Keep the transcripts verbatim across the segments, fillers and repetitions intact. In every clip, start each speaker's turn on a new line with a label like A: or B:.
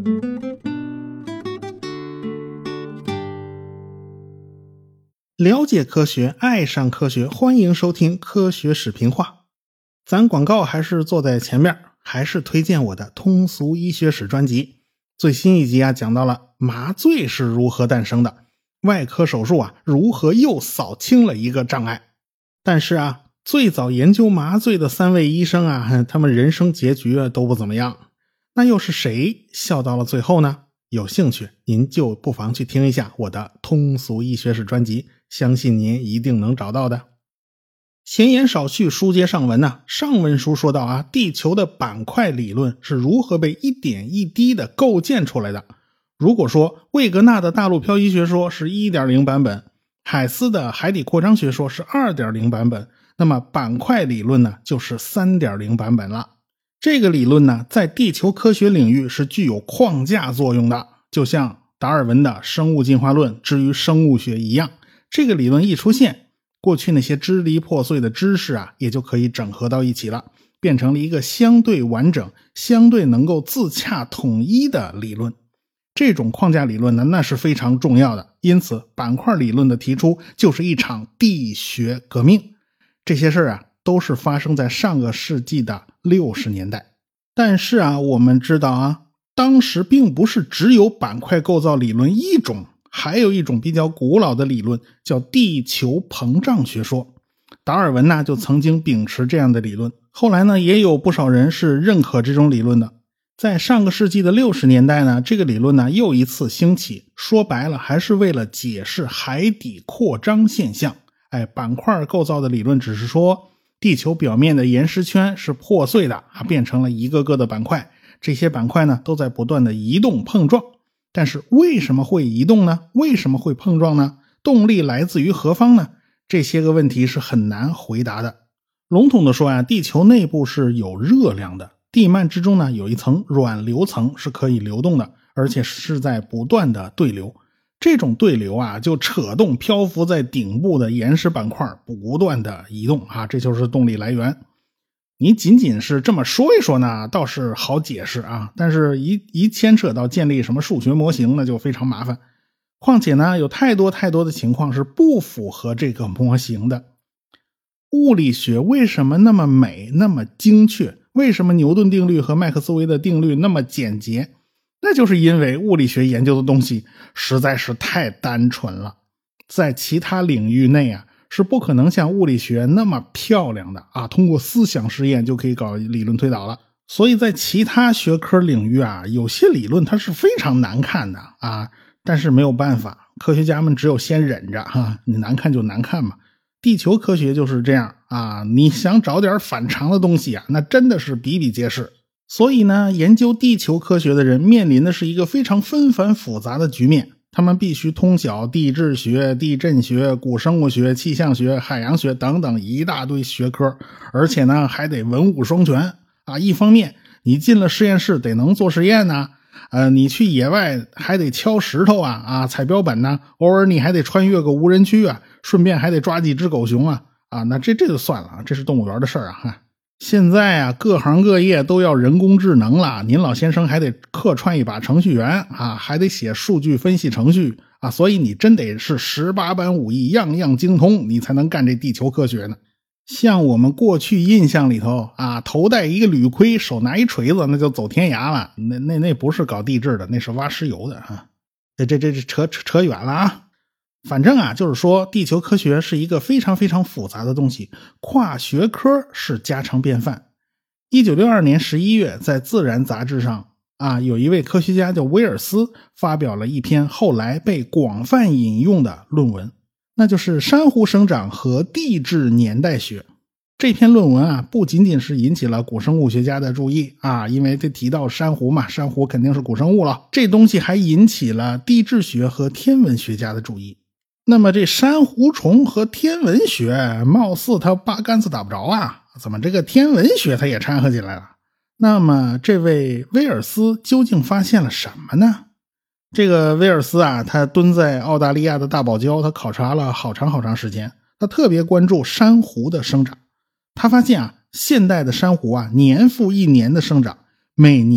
A: 了解科学，爱上科学，欢迎收听科学视频化。咱广告还是坐在前面，还是推荐我的通俗医学史专辑。最新一集啊，讲到了麻醉是如何诞生的，外科手术啊，如何又扫清了一个障碍。但是啊，最早研究麻醉的三位医生啊，他们人生结局啊都不怎么样。那又是谁笑到了最后呢？有兴趣您就不妨去听一下我的通俗医学史专辑，相信您一定能找到的。闲言少叙，书接上文啊，上文书说到啊，地球的板块理论是如何被一点一滴的构建出来的。如果说魏格纳的大陆漂移学说是 一点零 版本，海斯的海底扩张学说是 二点零 版本，那么板块理论呢就是 三点零 版本了。这个理论呢，在地球科学领域是具有框架作用的，就像达尔文的生物进化论之于生物学一样。这个理论一出现，过去那些支离破碎的知识啊，也就可以整合到一起了，变成了一个相对完整、相对能够自洽统一的理论。这种框架理论呢，那是非常重要的，因此板块理论的提出就是一场地学革命。这些事儿啊，都是发生在上个世纪的六十年代。但是啊，我们知道啊，当时并不是只有板块构造理论一种，还有一种比较古老的理论叫地球膨胀学说。达尔文呢就曾经秉持这样的理论，后来呢也有不少人是认可这种理论的。在上个世纪的六十年代呢，这个理论呢又一次兴起，说白了还是为了解释海底扩张现象。哎，板块构造的理论只是说地球表面的岩石圈是破碎的啊，变成了一个个的板块，这些板块呢都在不断的移动碰撞。但是为什么会移动呢？为什么会碰撞呢？动力来自于何方呢？这些个问题是很难回答的。笼统的说啊，地球内部是有热量的，地幔之中呢有一层软流层是可以流动的，而且是在不断的对流。这种对流啊，就扯动漂浮在顶部的岩石板块，不断的移动啊，这就是动力来源。你仅仅是这么说一说呢，倒是好解释啊，但是一一牵扯到建立什么数学模型，那就非常麻烦。况且呢，有太多太多的情况是不符合这个模型的。物理学为什么那么美，那么精确？为什么牛顿定律和麦克斯韦的定律那么简洁？那就是因为物理学研究的东西实在是太单纯了，在其他领域内啊，是不可能像物理学那么漂亮的啊，通过思想实验就可以搞理论推导了。所以在其他学科领域啊，有些理论它是非常难看的啊，但是没有办法，科学家们只有先忍着哈、啊，你难看就难看嘛。地球科学就是这样啊，你想找点反常的东西啊，那真的是比比皆是。所以呢，研究地球科学的人面临的是一个非常纷繁复杂的局面，他们必须通晓地质学、地震学、古生物学、气象学、海洋学等等一大堆学科，而且呢还得文武双全啊。一方面你进了实验室得能做实验呢，呃，你去野外还得敲石头啊啊，踩标本呢，偶尔你还得穿越个无人区啊，顺便还得抓几只狗熊啊啊，那这这就算了，这是动物园的事儿啊哈。现在啊，各行各业都要人工智能了，您老先生还得客串一把程序员啊，还得写数据分析程序啊，所以你真得是十八般武艺样样精通，你才能干这地球科学呢。像我们过去印象里头啊，头戴一个铝盔，手拿一锤子，那就走天涯了，那那那不是搞地质的，那是挖石油的啊。这这这扯扯扯远了啊。反正啊，就是说地球科学是一个非常非常复杂的东西，跨学科是家常便饭。一九六二年十一月，在《自然》杂志上啊，有一位科学家叫威尔斯，发表了一篇后来被广泛引用的论文，那就是珊瑚生长和地质年代学。这篇论文啊，不仅仅是引起了古生物学家的注意啊，因为这提到珊瑚嘛，珊瑚肯定是古生物了，这东西还引起了地质学和天文学家的注意。那么这珊瑚虫和天文学貌似它八竿子打不着啊，怎么这个天文学它也掺和进来了？那么这位威尔斯究竟发现了什么呢？这个威尔斯啊，他蹲在澳大利亚的大堡礁，他考察了好长好长时间，他特别关注珊瑚的生长。他发现啊，现代的珊瑚啊，年复一年的生长，每年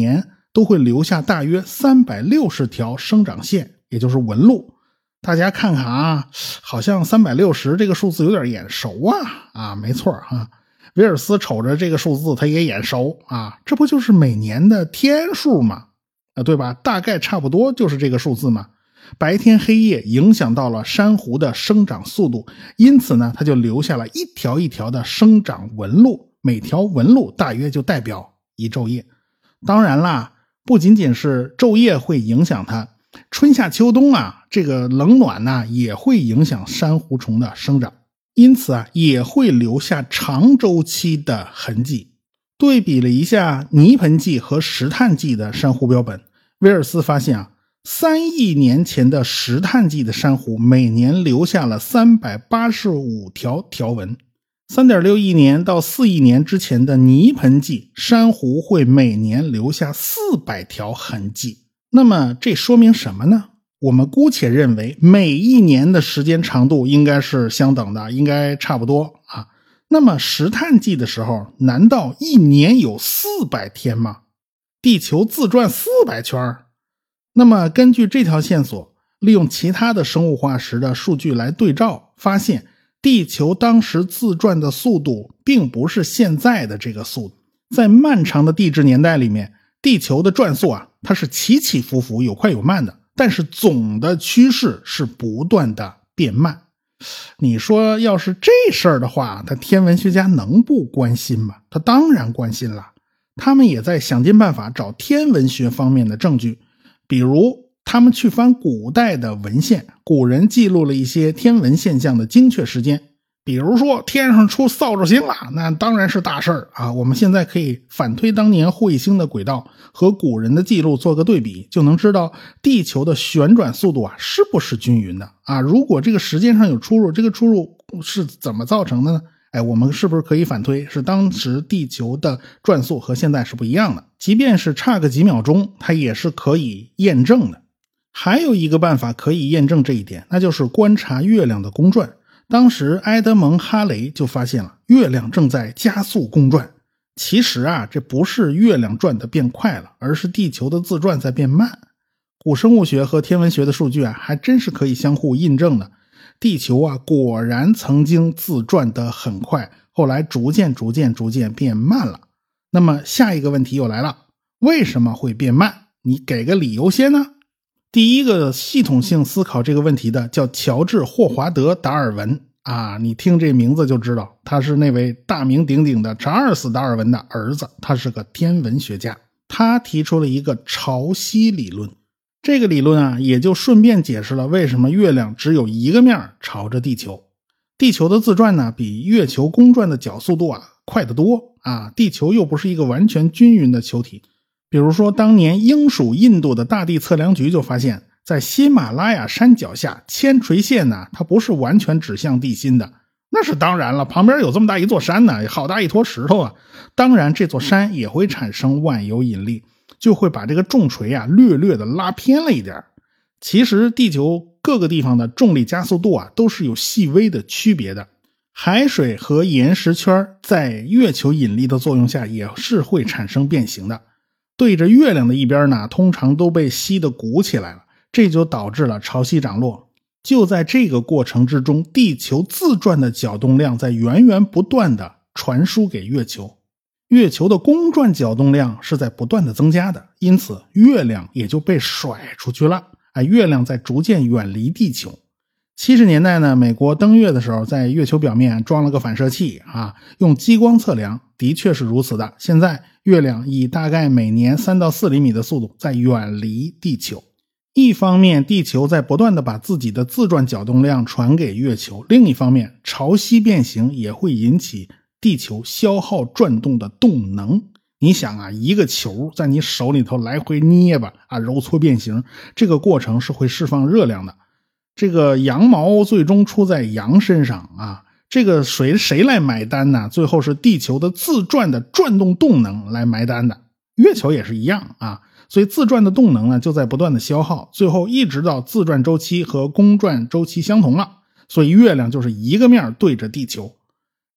A: 都会留下大约三百六十条生长线，也就是纹路。大家看看啊，好像三百六十这个数字有点眼熟啊啊，没错啊，威尔斯瞅着这个数字他也眼熟啊，这不就是每年的天数吗？啊，对吧？大概差不多就是这个数字嘛。白天黑夜影响到了珊瑚的生长速度，因此呢，它就留下了一条一条的生长纹路，每条纹路大约就代表一昼夜。当然啦，不仅仅是昼夜会影响它，春夏秋冬啊，这个冷暖呢、啊、也会影响珊瑚虫的生长，因此啊，也会留下长周期的痕迹。对比了一下泥盆纪和石炭纪的珊瑚标本，威尔斯发现啊，三亿年前的石炭纪的珊瑚每年留下了三百八十五条条纹， 三点六亿年到四亿年之前的泥盆纪珊瑚会每年留下四百条痕迹。那么这说明什么呢？我们姑且认为每一年的时间长度应该是相等的，应该差不多啊。那么石炭纪的时候，难道一年有四百天吗？地球自转四百圈？那么根据这条线索，利用其他的生物化石的数据来对照，发现地球当时自转的速度并不是现在的这个速度。在漫长的地质年代里面，地球的转速啊，它是起起伏伏，有快有慢的，但是总的趋势是不断的变慢。你说要是这事儿的话，他天文学家能不关心吗？他当然关心了，他们也在想尽办法找天文学方面的证据。比如他们去翻古代的文献，古人记录了一些天文现象的精确时间，比如说天上出扫帚星了，那当然是大事儿啊！我们现在可以反推当年彗星的轨道，和古人的记录做个对比，就能知道地球的旋转速度啊是不是均匀的啊？如果这个时间上有出入，这个出入是怎么造成的呢？哎，我们是不是可以反推是当时地球的转速和现在是不一样的？即便是差个几秒钟，它也是可以验证的。还有一个办法可以验证这一点，那就是观察月亮的公转。当时埃德蒙·哈雷就发现了月亮正在加速公转。其实啊，这不是月亮转得变快了，而是地球的自转在变慢。古生物学和天文学的数据啊，还真是可以相互印证的。地球啊，果然曾经自转得很快，后来逐渐逐渐逐渐变慢了。那么下一个问题又来了，为什么会变慢？你给个理由先呢？第一个系统性思考这个问题的叫乔治·霍华德·达尔文啊，你听这名字就知道，他是那位大名鼎鼎的查尔斯·达尔文的儿子，他是个天文学家。他提出了一个潮汐理论，这个理论啊，也就顺便解释了为什么月亮只有一个面朝着地球。地球的自转呢，比月球公转的角速度啊快得多啊，地球又不是一个完全均匀的球体。比如说当年英属印度的大地测量局就发现，在喜马拉雅山脚下千垂线呢，它不是完全指向地心的。那是当然了，旁边有这么大一座山呢，好大一坨石头啊。当然这座山也会产生万有引力，就会把这个重锤啊略略的拉偏了一点。其实地球各个地方的重力加速度啊都是有细微的区别的。海水和岩石圈在月球引力的作用下也是会产生变形的。对着月亮的一边呢，通常都被吸得鼓起来了，这就导致了潮汐涨落。就在这个过程之中，地球自转的角动量在源源不断的传输给月球，月球的公转角动量是在不断的增加的，因此月亮也就被甩出去了。哎，月亮在逐渐远离地球。七十年代呢，美国登月的时候，在月球表面装了个反射器啊，用激光测量，的确是如此的。现在月亮以大概每年三到四厘米的速度在远离地球。一方面，地球在不断的把自己的自转角动量传给月球；另一方面，潮汐变形也会引起地球消耗转动的动能。你想啊，一个球在你手里头来回捏吧，啊，揉搓变形，这个过程是会释放热量的。这个羊毛最终出在羊身上啊，这个谁谁来买单呢？最后是地球的自转的转动动能来买单的。月球也是一样啊，所以自转的动能呢就在不断的消耗，最后一直到自转周期和公转周期相同了，所以月亮就是一个面对着地球。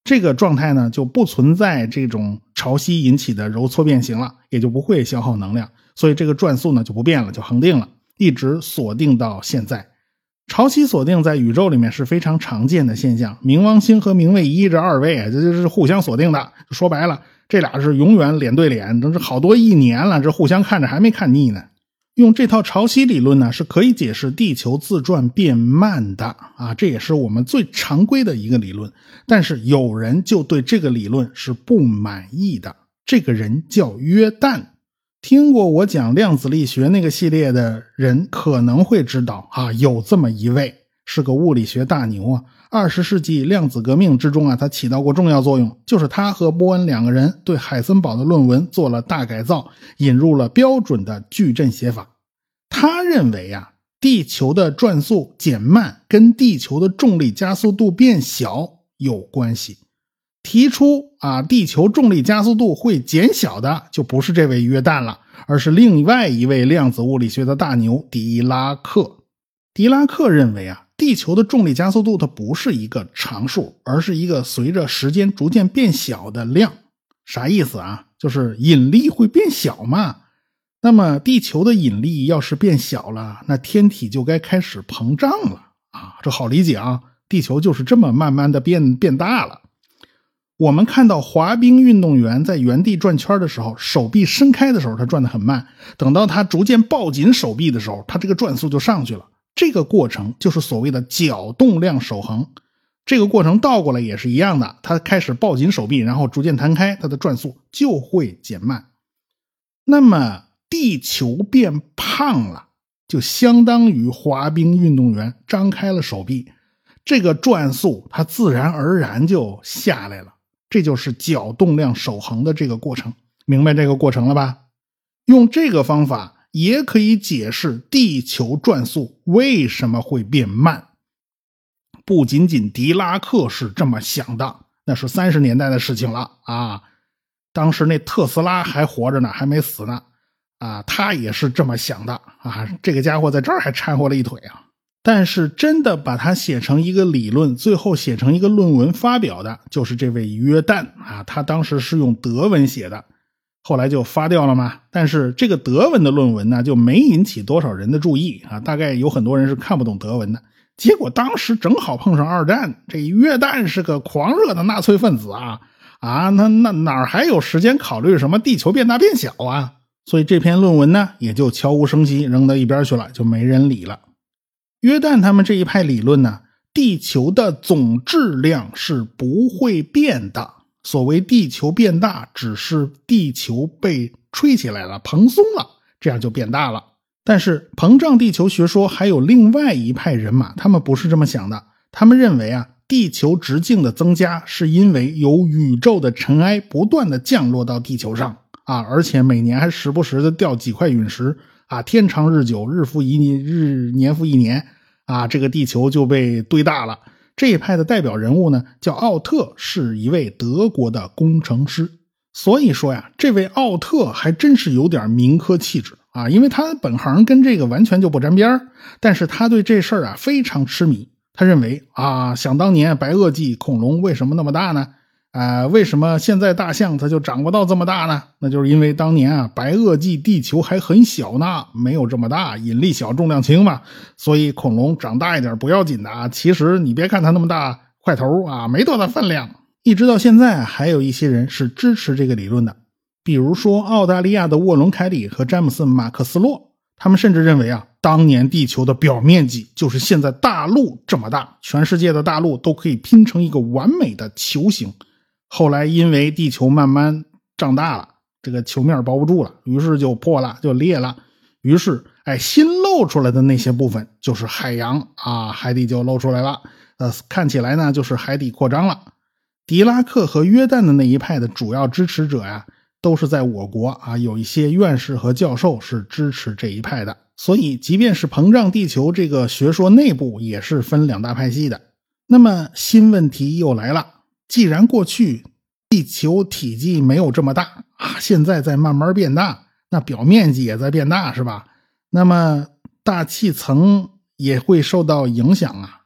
A: 这个状态呢就不存在这种潮汐引起的揉搓变形了，也就不会消耗能量，所以这个转速呢就不变了，就恒定了，一直锁定到现在。潮汐锁定在宇宙里面是非常常见的现象，冥王星和冥卫一这二位啊，这就是互相锁定的。说白了，这俩是永远脸对脸，这是好多亿年了，这互相看着还没看腻呢。用这套潮汐理论呢，是可以解释地球自转变慢的啊，这也是我们最常规的一个理论。但是有人就对这个理论是不满意的，这个人叫约旦。听过我讲量子力学那个系列的人可能会知道啊，有这么一位是个物理学大牛啊。二十世纪量子革命之中啊，他起到过重要作用，就是他和波恩两个人对海森堡的论文做了大改造，引入了标准的矩阵写法。他认为啊，地球的转速减慢跟地球的重力加速度变小有关系。提出啊，地球重力加速度会减小的就不是这位约旦了，而是另外一位量子物理学的大牛狄拉克。狄拉克认为啊，地球的重力加速度它不是一个常数，而是一个随着时间逐渐变小的量。啥意思啊？就是引力会变小嘛。那么地球的引力要是变小了，那天体就该开始膨胀了啊，这好理解啊，地球就是这么慢慢的变变大了。我们看到滑冰运动员在原地转圈的时候，手臂伸开的时候他转得很慢，等到他逐渐抱紧手臂的时候，他这个转速就上去了。这个过程就是所谓的角动量守恒。这个过程倒过来也是一样的，他开始抱紧手臂，然后逐渐弹开，他的转速就会减慢。那么地球变胖了，就相当于滑冰运动员张开了手臂，这个转速它自然而然就下来了。这就是角动量守恒的这个过程，明白这个过程了吧？用这个方法也可以解释地球转速为什么会变慢。不仅仅狄拉克是这么想的，那是三十年代的事情了啊。当时那特斯拉还活着呢，还没死呢啊，他也是这么想的啊。这个家伙在这儿还掺和了一腿啊。但是真的把它写成一个理论，最后写成一个论文发表的就是这位约旦啊，他当时是用德文写的，后来就发掉了嘛。但是这个德文的论文呢，就没引起多少人的注意啊，大概有很多人是看不懂德文的。结果当时正好碰上二战，这约旦是个狂热的纳粹分子啊啊，那那哪还有时间考虑什么地球变大变小啊？所以这篇论文呢，也就悄无声息扔到一边去了，就没人理了。约旦他们这一派理论呢，地球的总质量是不会变的。所谓地球变大，只是地球被吹起来了，蓬松了，这样就变大了。但是膨胀地球学说还有另外一派人马，他们不是这么想的。他们认为啊，地球直径的增加是因为有宇宙的尘埃不断的降落到地球上啊，而且每年还时不时的掉几块陨石啊，天长日久，日复一日，年复一年啊，这个地球就被堆大了。这一派的代表人物呢，叫奥特，是一位德国的工程师。所以说呀，这位奥特还真是有点民科气质啊，因为他本行跟这个完全就不沾边，但是他对这事儿啊非常痴迷。他认为啊，想当年白垩纪恐龙为什么那么大呢？呃，为什么现在大象它就长不到这么大呢？那就是因为当年啊，白垩纪地球还很小呢，没有这么大，引力小，重量轻嘛，所以恐龙长大一点不要紧的啊。其实你别看它那么大块头啊，没多大分量。一直到现在还有一些人是支持这个理论的，比如说澳大利亚的沃伦凯里和詹姆斯马克斯洛，他们甚至认为啊，当年地球的表面积就是现在大陆这么大，全世界的大陆都可以拼成一个完美的球形。后来因为地球慢慢长大了，这个球面包不住了，于是就破了，就裂了。于是哎，新露出来的那些部分就是海洋啊，海底就露出来了。呃，看起来呢就是海底扩张了。狄拉克和约旦的那一派的主要支持者呀，都是在我国啊，有一些院士和教授是支持这一派的。所以即便是膨胀地球这个学说内部也是分两大派系的。那么新问题又来了，既然过去地球体积没有这么大啊，现在在慢慢变大，那表面积也在变大是吧？那么大气层也会受到影响啊。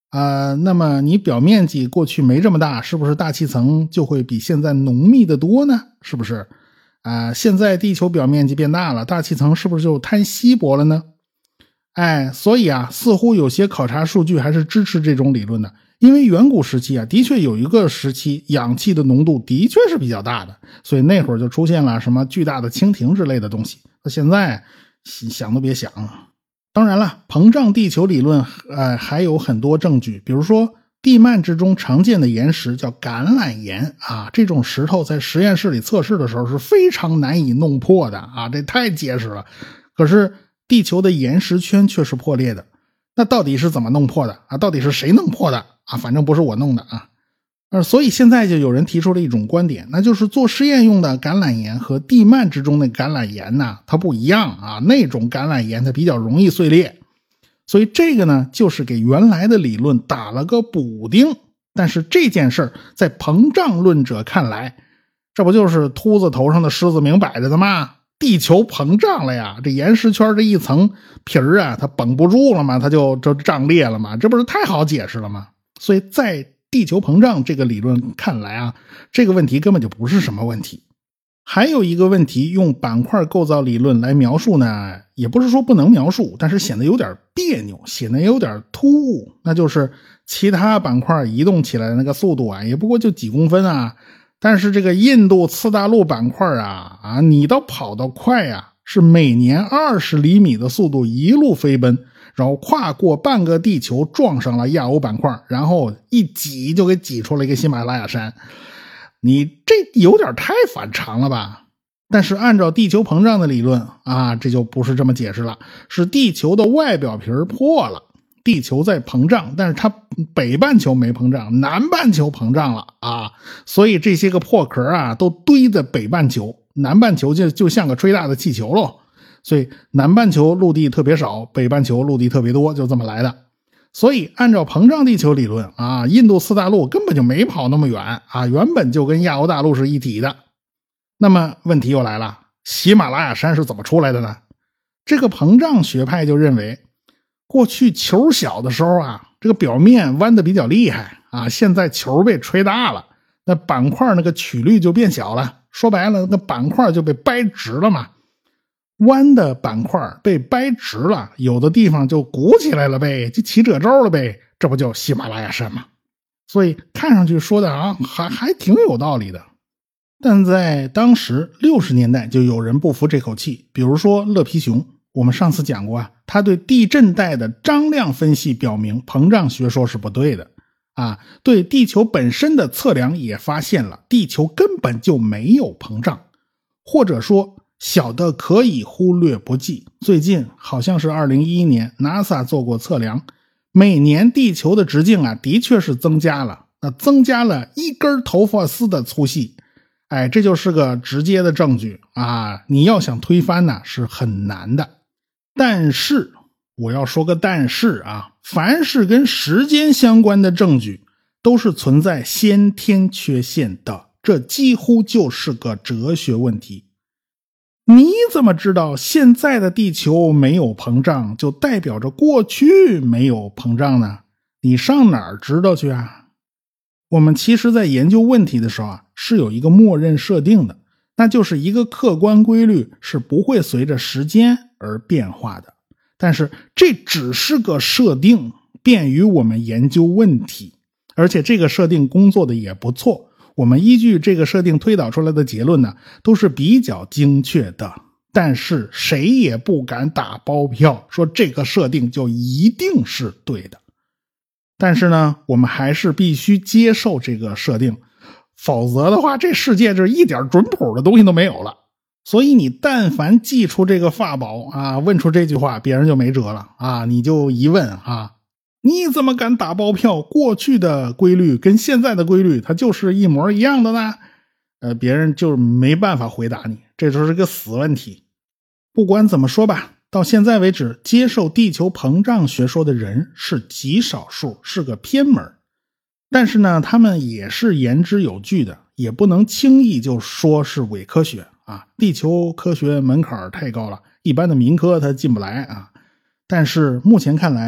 A: 呃，那么你表面积过去没这么大，是不是大气层就会比现在浓密的多呢？是不是？啊、呃，现在地球表面积变大了，大气层是不是就摊稀薄了呢？哎，所以啊，似乎有些考察数据还是支持这种理论的。因为远古时期啊，的确有一个时期氧气的浓度的确是比较大的，所以那会儿就出现了什么巨大的蜻蜓之类的东西。那现在想都别想。当然了，膨胀地球理论呃还有很多证据，比如说地幔之中常见的岩石叫橄榄岩啊，这种石头在实验室里测试的时候是非常难以弄破的啊，这太结实了。可是地球的岩石圈却是破裂的，那到底是怎么弄破的啊？到底是谁弄破的啊？反正不是我弄的啊。呃，所以现在就有人提出了一种观点，那就是做实验用的橄榄岩和地幔之中的橄榄岩呢，它不一样啊。那种橄榄岩它比较容易碎裂，所以这个呢，就是给原来的理论打了个补丁。但是这件事儿在膨胀论者看来，这不就是秃子头上的狮子明摆着的吗？地球膨胀了呀，这岩石圈这一层皮儿啊，它绷不住了嘛，它就就胀裂了嘛，这不是太好解释了吗？所以在地球膨胀这个理论看来啊，这个问题根本就不是什么问题。还有一个问题，用板块构造理论来描述呢，也不是说不能描述，但是显得有点别扭，显得有点突兀，那就是其他板块移动起来的那个速度啊，也不过就几公分啊，但是这个印度次大陆板块啊啊，你倒跑得快啊，是每年二十厘米的速度一路飞奔，然后跨过半个地球撞上了亚欧板块，然后一挤就给挤出了一个喜马拉雅山。你这有点太反常了吧？但是按照地球膨胀的理论啊，这就不是这么解释了，是地球的外表皮破了，地球在膨胀，但是它北半球没膨胀，南半球膨胀了啊，所以这些个破壳啊都堆在北半球，南半球就就像个吹大的气球咯。所以南半球陆地特别少，北半球陆地特别多，就这么来的。所以按照膨胀地球理论啊，印度次大陆根本就没跑那么远啊，原本就跟亚欧大陆是一体的。那么问题又来了，喜马拉雅山是怎么出来的呢？这个膨胀学派就认为，过去球小的时候啊，这个表面弯得比较厉害啊，现在球被吹大了，那板块那个曲率就变小了，说白了那个板块就被掰直了嘛。弯的板块被掰直了，有的地方就鼓起来了呗，就起褶皱了呗，这不就喜马拉雅山吗？所以看上去说的啊，还还挺有道理的。但在当时六十年代就有人不服这口气，比如说乐皮熊，我们上次讲过啊，他对地震带的张量分析表明膨胀学说是不对的啊，对地球本身的测量也发现了地球根本就没有膨胀，或者说小的可以忽略不计。最近好像是二零一一年 NASA 做过测量，每年地球的直径啊的确是增加了，那增加了一根头发丝的粗细。哎，这就是个直接的证据啊！你要想推翻呢，是很难的。但是我要说个但是啊，凡是跟时间相关的证据都是存在先天缺陷的，这几乎就是个哲学问题。你怎么知道现在的地球没有膨胀就代表着过去没有膨胀呢？你上哪儿知道去啊？我们其实在研究问题的时候啊，是有一个默认设定的，那就是一个客观规律是不会随着时间而变化的。但是这只是个设定，便于我们研究问题，而且这个设定工作的也不错。我们依据这个设定推导出来的结论呢，都是比较精确的。但是谁也不敢打包票说这个设定就一定是对的。但是呢，我们还是必须接受这个设定，否则的话，这世界就一点准谱的东西都没有了。所以你但凡祭出这个法宝啊，问出这句话，别人就没辙了啊！你就一问啊，你怎么敢打包票？过去的规律跟现在的规律，它就是一模一样的呢？呃，别人就没办法回答你，这就是个死问题。不管怎么说吧，到现在为止，接受地球膨胀学说的人是极少数，是个偏门。但是呢，他们也是言之有据的，也不能轻易就说是伪科学啊。地球科学门槛太高了，一般的民科它进不来啊。但是目前看来，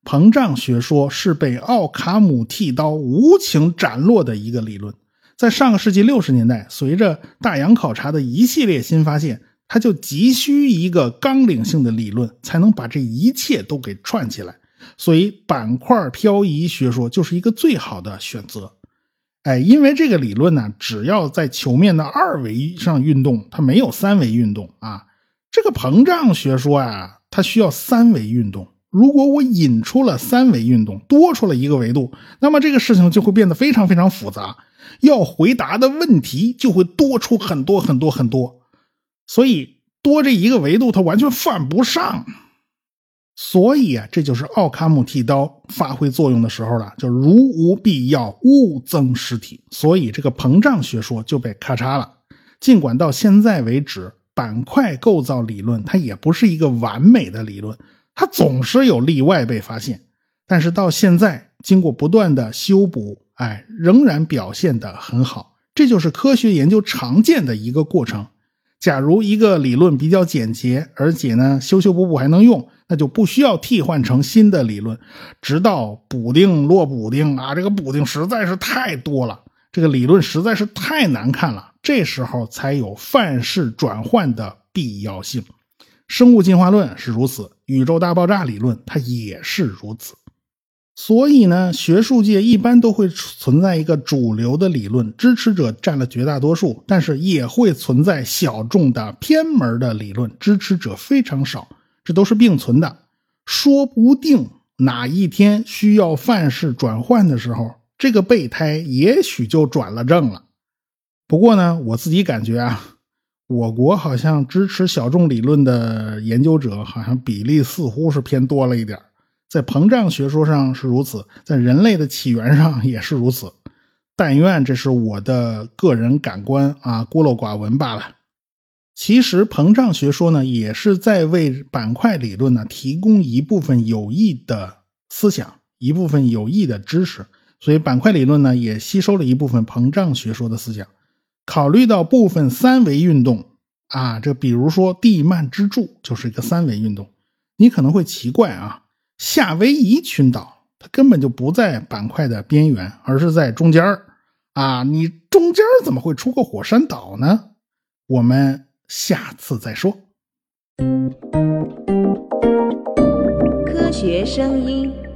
A: 膨胀学说是被奥卡姆剃刀无情斩落的一个理论。在上个世纪六十年代，随着大洋考察的一系列新发现，它就急需一个纲领性的理论，才能把这一切都给串起来。所以板块漂移学说就是一个最好的选择。哎，因为这个理论呢，只要在球面的二维上运动，它没有三维运动啊。这个膨胀学说啊，它需要三维运动。如果我引出了三维运动，多出了一个维度，那么这个事情就会变得非常非常复杂，要回答的问题就会多出很多很多很多，所以多这一个维度它完全犯不上。所以啊，这就是奥卡姆剃刀发挥作用的时候了，就如无必要，勿增实体。所以这个膨胀学说就被咔嚓了。尽管到现在为止，板块构造理论它也不是一个完美的理论，它总是有例外被发现，但是到现在经过不断的修补，哎，仍然表现得很好。这就是科学研究常见的一个过程。假如一个理论比较简洁，而且呢修修补补还能用，那就不需要替换成新的理论，直到补丁落补丁啊，这个补丁实在是太多了，这个理论实在是太难看了，这时候才有范式转换的必要性。生物进化论是如此，宇宙大爆炸理论它也是如此。所以呢，学术界一般都会存在一个主流的理论，支持者占了绝大多数，但是也会存在小众的偏门的理论，支持者非常少，这都是并存的。说不定哪一天需要范式转换的时候，这个备胎也许就转了正了。不过呢，我自己感觉啊，我国好像支持小众理论的研究者好像比例似乎是偏多了一点，在膨胀学说上是如此，在人类的起源上也是如此。但愿这是我的个人感官啊，孤陋寡闻罢了。其实膨胀学说呢，也是在为板块理论呢提供一部分有益的思想，一部分有益的知识。所以板块理论呢，也吸收了一部分膨胀学说的思想。考虑到部分三维运动啊，这比如说地幔之柱就是一个三维运动，你可能会奇怪啊，夏威夷群岛它根本就不在板块的边缘，而是在中间啊，你中间怎么会出个火山岛呢？我们下次再说。
B: 科学声音